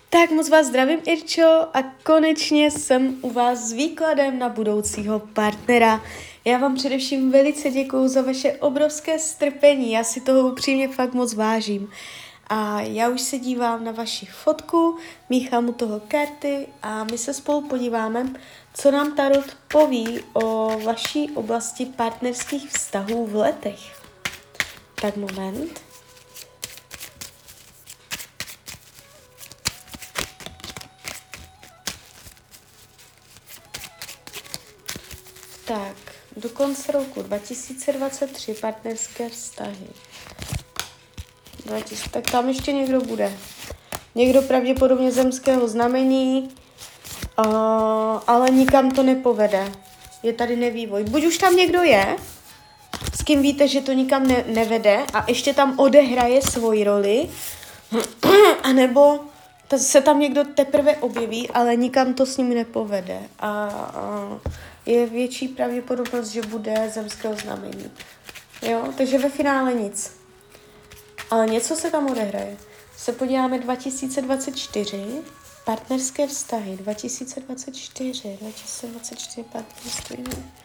Tak moc vás zdravím, Irčo, a konečně jsem u vás s výkladem na budoucího partnera. Já vám především velice děkuju za vaše obrovské strpení, já si toho upřímně fakt moc vážím. A já už se dívám na vaši fotku, míchám u toho karty a my se spolu podíváme, co nám tarot poví o vaší oblasti partnerských vztahů v letech. Tak moment. Tak, do konce roku 2023 partnerské vztahy. Tak tam ještě někdo bude. Někdo pravděpodobně zemského znamení, ale nikam to nepovede. Je tady nevývoj. Buď už tam někdo je, s kým víte, že to nikam nevede a ještě tam odehraje svoji roli, anebo se tam někdo teprve objeví, ale nikam to s ním nepovede. A je větší pravděpodobnost, že bude zemského znamení. Jo, takže ve finále nic. Ale něco se tam odehraje. Se podíváme 2024, partnerské vztahy, 2024 partnerství.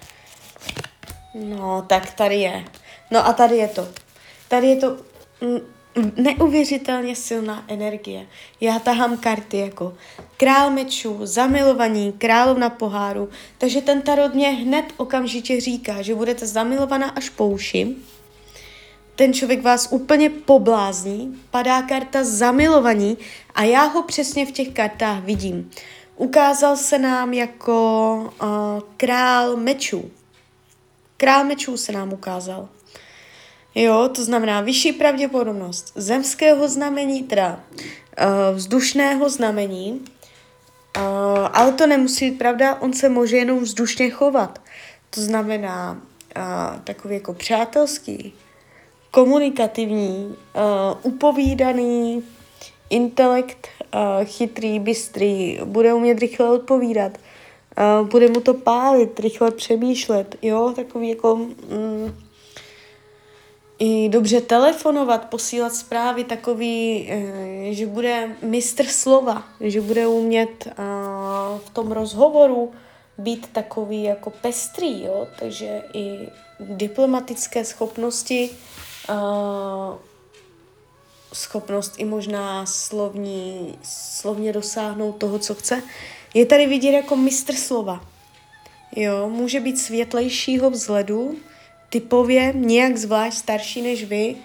No, tak tady je. No a tady je to. Tady je to neuvěřitelně silná energie. Já tahám karty jako král mečů, zamilovaní, královna poháru, takže ten tarot mě hned okamžitě říká, že budete zamilovaná až po uši. Ten člověk vás úplně poblázní, padá karta zamilovaní a já ho přesně v těch kartách vidím. Ukázal se nám jako král mečů. Král mečů se nám ukázal. Jo, to znamená vyšší pravděpodobnost zemského znamení, teda vzdušného znamení, ale to nemusí být pravda, on se může jenom vzdušně chovat. To znamená takový jako přátelský, komunikativní, upovídaný, intelekt, chytrý, bystrý, bude umět rychle odpovídat, bude mu to pálit, rychle přemýšlet, jo, takový jako i dobře telefonovat, posílat zprávy, takový, že bude mistr slova, že bude umět v tom rozhovoru být takový jako pestrý, jo, takže i diplomatické schopnosti, schopnost i možná slovně dosáhnout toho, co chce. Je tady vidět jako mistr slova. Jo, může být světlejšího vzhledu, typově nějak zvlášť starší než vy.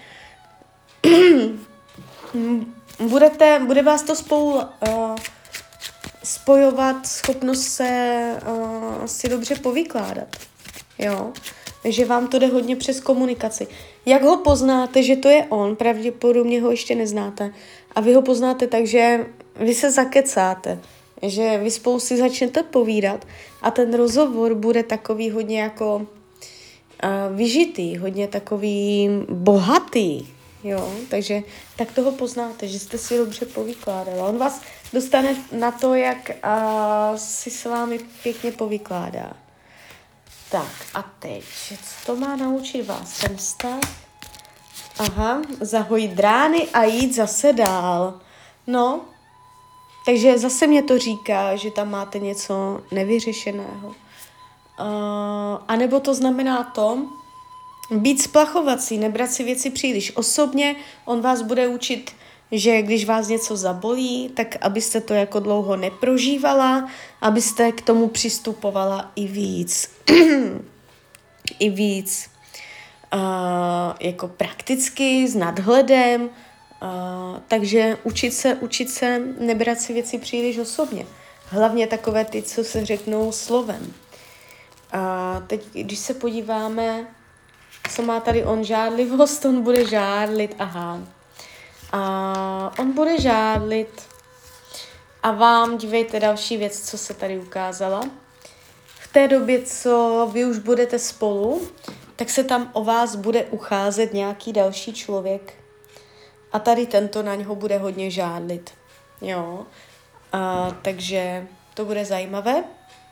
Bude vás to spolu spojovat, schopnost si dobře povykládat. Jo? Takže vám to jde hodně přes komunikaci. Jak ho poznáte, že to je on, pravděpodobně ho ještě neznáte. A vy ho poznáte tak, že vy se zakecáte, že vy spolu si začnete povídat a ten rozhovor bude takový hodně jako vyžitý, hodně takový bohatý, jo, takže tak toho poznáte, že jste si dobře povykládala. On vás dostane na to, jak si s vámi pěkně povykládá. Tak a teď, co to má naučit vás ten vztah? Aha, zahojit rány a jít zase dál. No, takže zase mě to říká, že tam máte něco nevyřešeného. A nebo to znamená to, být splachovací, nebrat si věci příliš osobně. On vás bude učit, že když vás něco zabolí, tak abyste to jako dlouho neprožívala, abyste k tomu přistupovala i víc. I víc jako prakticky, s nadhledem. Takže učit se nebrat si věci příliš osobně. Hlavně takové ty, co se řeknou slovem. A teď, když se podíváme, co má tady on žádlivost, on bude žádlit, aha. A on bude žádlit a vám, dívejte, další věc, co se tady ukázala. V té době, co vy už budete spolu, tak se tam o vás bude ucházet nějaký další člověk a tady tento na něho bude hodně žádlit, jo. Takže to bude zajímavé.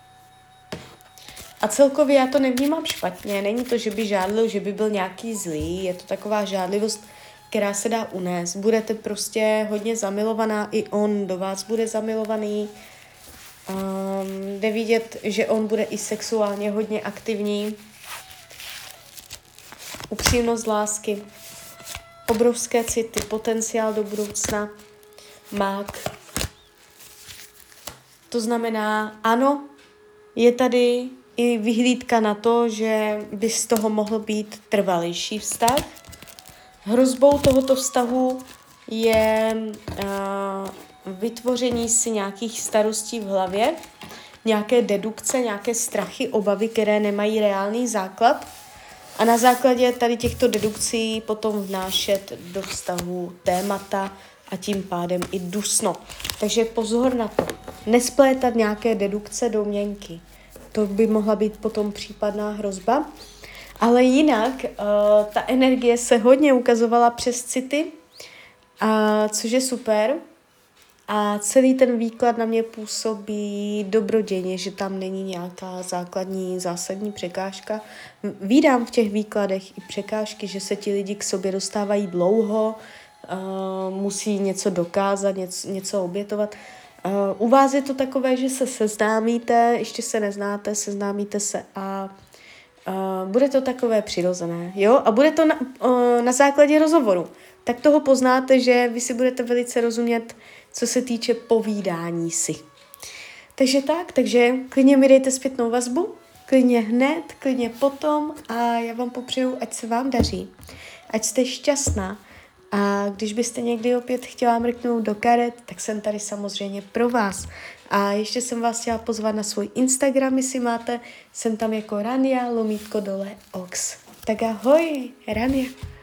A celkově já to nevnímám špatně, není to, že by žádlil, že by byl nějaký zlý, je to taková žádlivost která se dá unést. Budete prostě hodně zamilovaná, i on do vás bude zamilovaný. Jde vidět, že on bude i sexuálně hodně aktivní. Upřímnost lásky, obrovské city, potenciál do budoucna, mák. To znamená, ano, je tady i vyhlídka na to, že by z toho mohl být trvalejší vztah. Hrozbou tohoto vztahu je vytvoření si nějakých starostí v hlavě, nějaké dedukce, nějaké strachy, obavy, které nemají reálný základ. A na základě tady těchto dedukcí potom vnášet do vztahu témata a tím pádem i dusno. Takže pozor na to. Nesplétat nějaké dedukce, domněnky. To by mohla být potom případná hrozba. Ale jinak ta energie se hodně ukazovala přes city, což je super. A celý ten výklad na mě působí dobrodějně, že tam není nějaká zásadní překážka. Vídám v těch výkladech i překážky, že se ti lidi k sobě dostávají dlouho, musí něco dokázat, něco obětovat. U vás je to takové, že se seznámíte, ještě se neznáte, seznámíte se a bude to takové přirozené, jo? A bude to na základě rozhovoru. Tak toho poznáte, že vy si budete velice rozumět, co se týče povídání si. Takže klidně mi dejte zpětnou vazbu, klidně hned, klidně potom a já vám popřeju, ať se vám daří, ať jste šťastná. A když byste někdy opět chtěla mrknout do karet, tak jsem tady samozřejmě pro vás. A ještě jsem vás chtěla pozvat na svůj Instagram, jestli máte, jsem tam jako Rania _Ox. Tak ahoj, Rania.